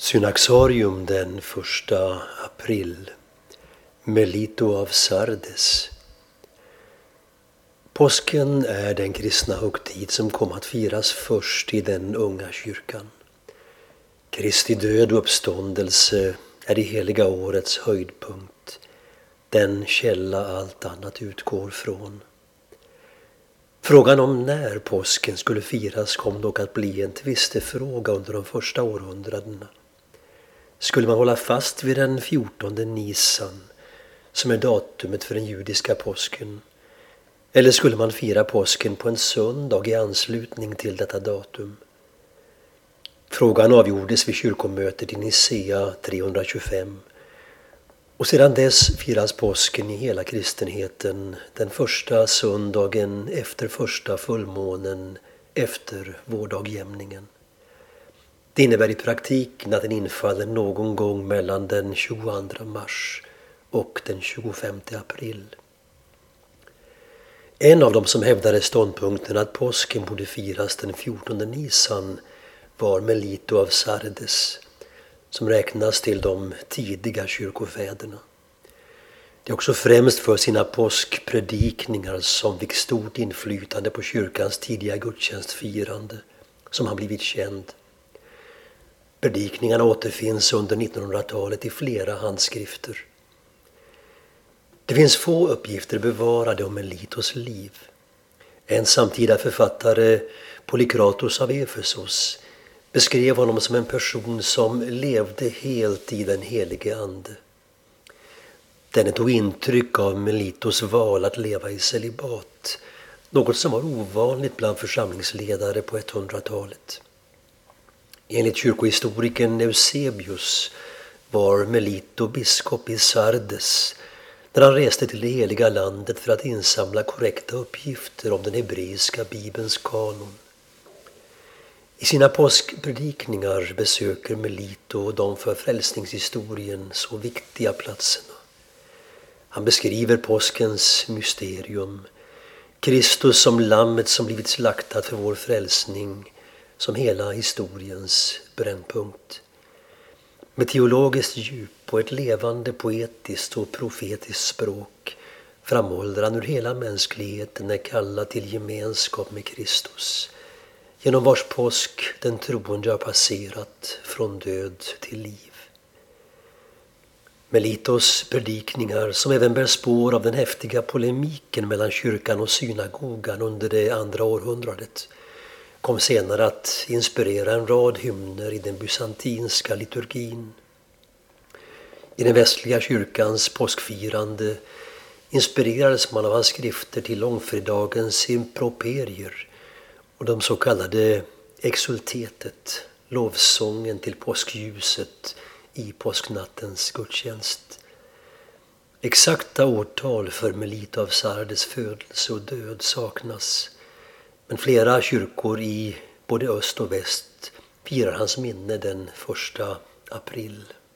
Synaxarium den 1 april. Melito av Sardes. Påsken är den kristna högtid som kom att firas först i den unga kyrkan. Kristi död och uppståndelse är det heliga årets höjdpunkt, den källa allt annat utgår från. Frågan om när påsken skulle firas kom dock att bli en tvistefråga under de första århundradena. Skulle man hålla fast vid den 14 Nisan, som är datumet för den judiska påsken, eller skulle man fira påsken på en söndag i anslutning till detta datum? Frågan avgjordes vid kyrkomötet i Nicea 325, och sedan dess firas påsken i hela kristenheten den första söndagen efter första fullmånen efter vårdagjämningen. Det innebär i praktiken att den infaller någon gång mellan den 22 mars och den 25 april. En av dem som hävdade ståndpunkten att påsken borde firas den 14 Nisan var Melito av Sardes, som räknas till de tidiga kyrkofäderna. Det är också främst för sina påskpredikningar som fick stort inflytande på kyrkans tidiga gudstjänstfirande som han blivit känd. Predikningarna återfinns under 1900-talet i flera handskrifter. Det finns få uppgifter bevarade om Melitos liv. En samtida författare, Polykratos av Efesos, beskrev honom som en person som levde helt i den helige ande. Denne tog intryck av Melitos val att leva i celibat, något som var ovanligt bland församlingsledare på 100-talet. Enligt kyrkohistorikern Eusebius var Melito biskop i Sardes när han reste till det heliga landet för att insamla korrekta uppgifter om den hebreiska bibelns kanon. I sina påskpredikningar besöker Melito de för frälsningshistorien så viktiga platserna. Han beskriver påskens mysterium, Kristus som lammet som blivit slaktat för vår frälsning, som hela historiens brännpunkt. Med teologiskt djup och ett levande poetiskt och profetiskt språk framhåller han hur hela mänskligheten är kallad till gemenskap med Kristus, genom vars påsk den troende har passerat från död till liv. Melitos predikningar, som även bär spår av den häftiga polemiken mellan kyrkan och synagogan under det andra århundradet, kom senare att inspirera en rad hymner i den bysantinska liturgin. I den västliga kyrkans påskfirande inspirerades man av hans skrifter till långfredagens improperier och de så kallade exultetet, lovsången till påskljuset i påsknattens gudstjänst. Exakta årtal för Melito av Sardes födelse och död saknas, men flera kyrkor i både öst och väst firar hans minne den 1 april.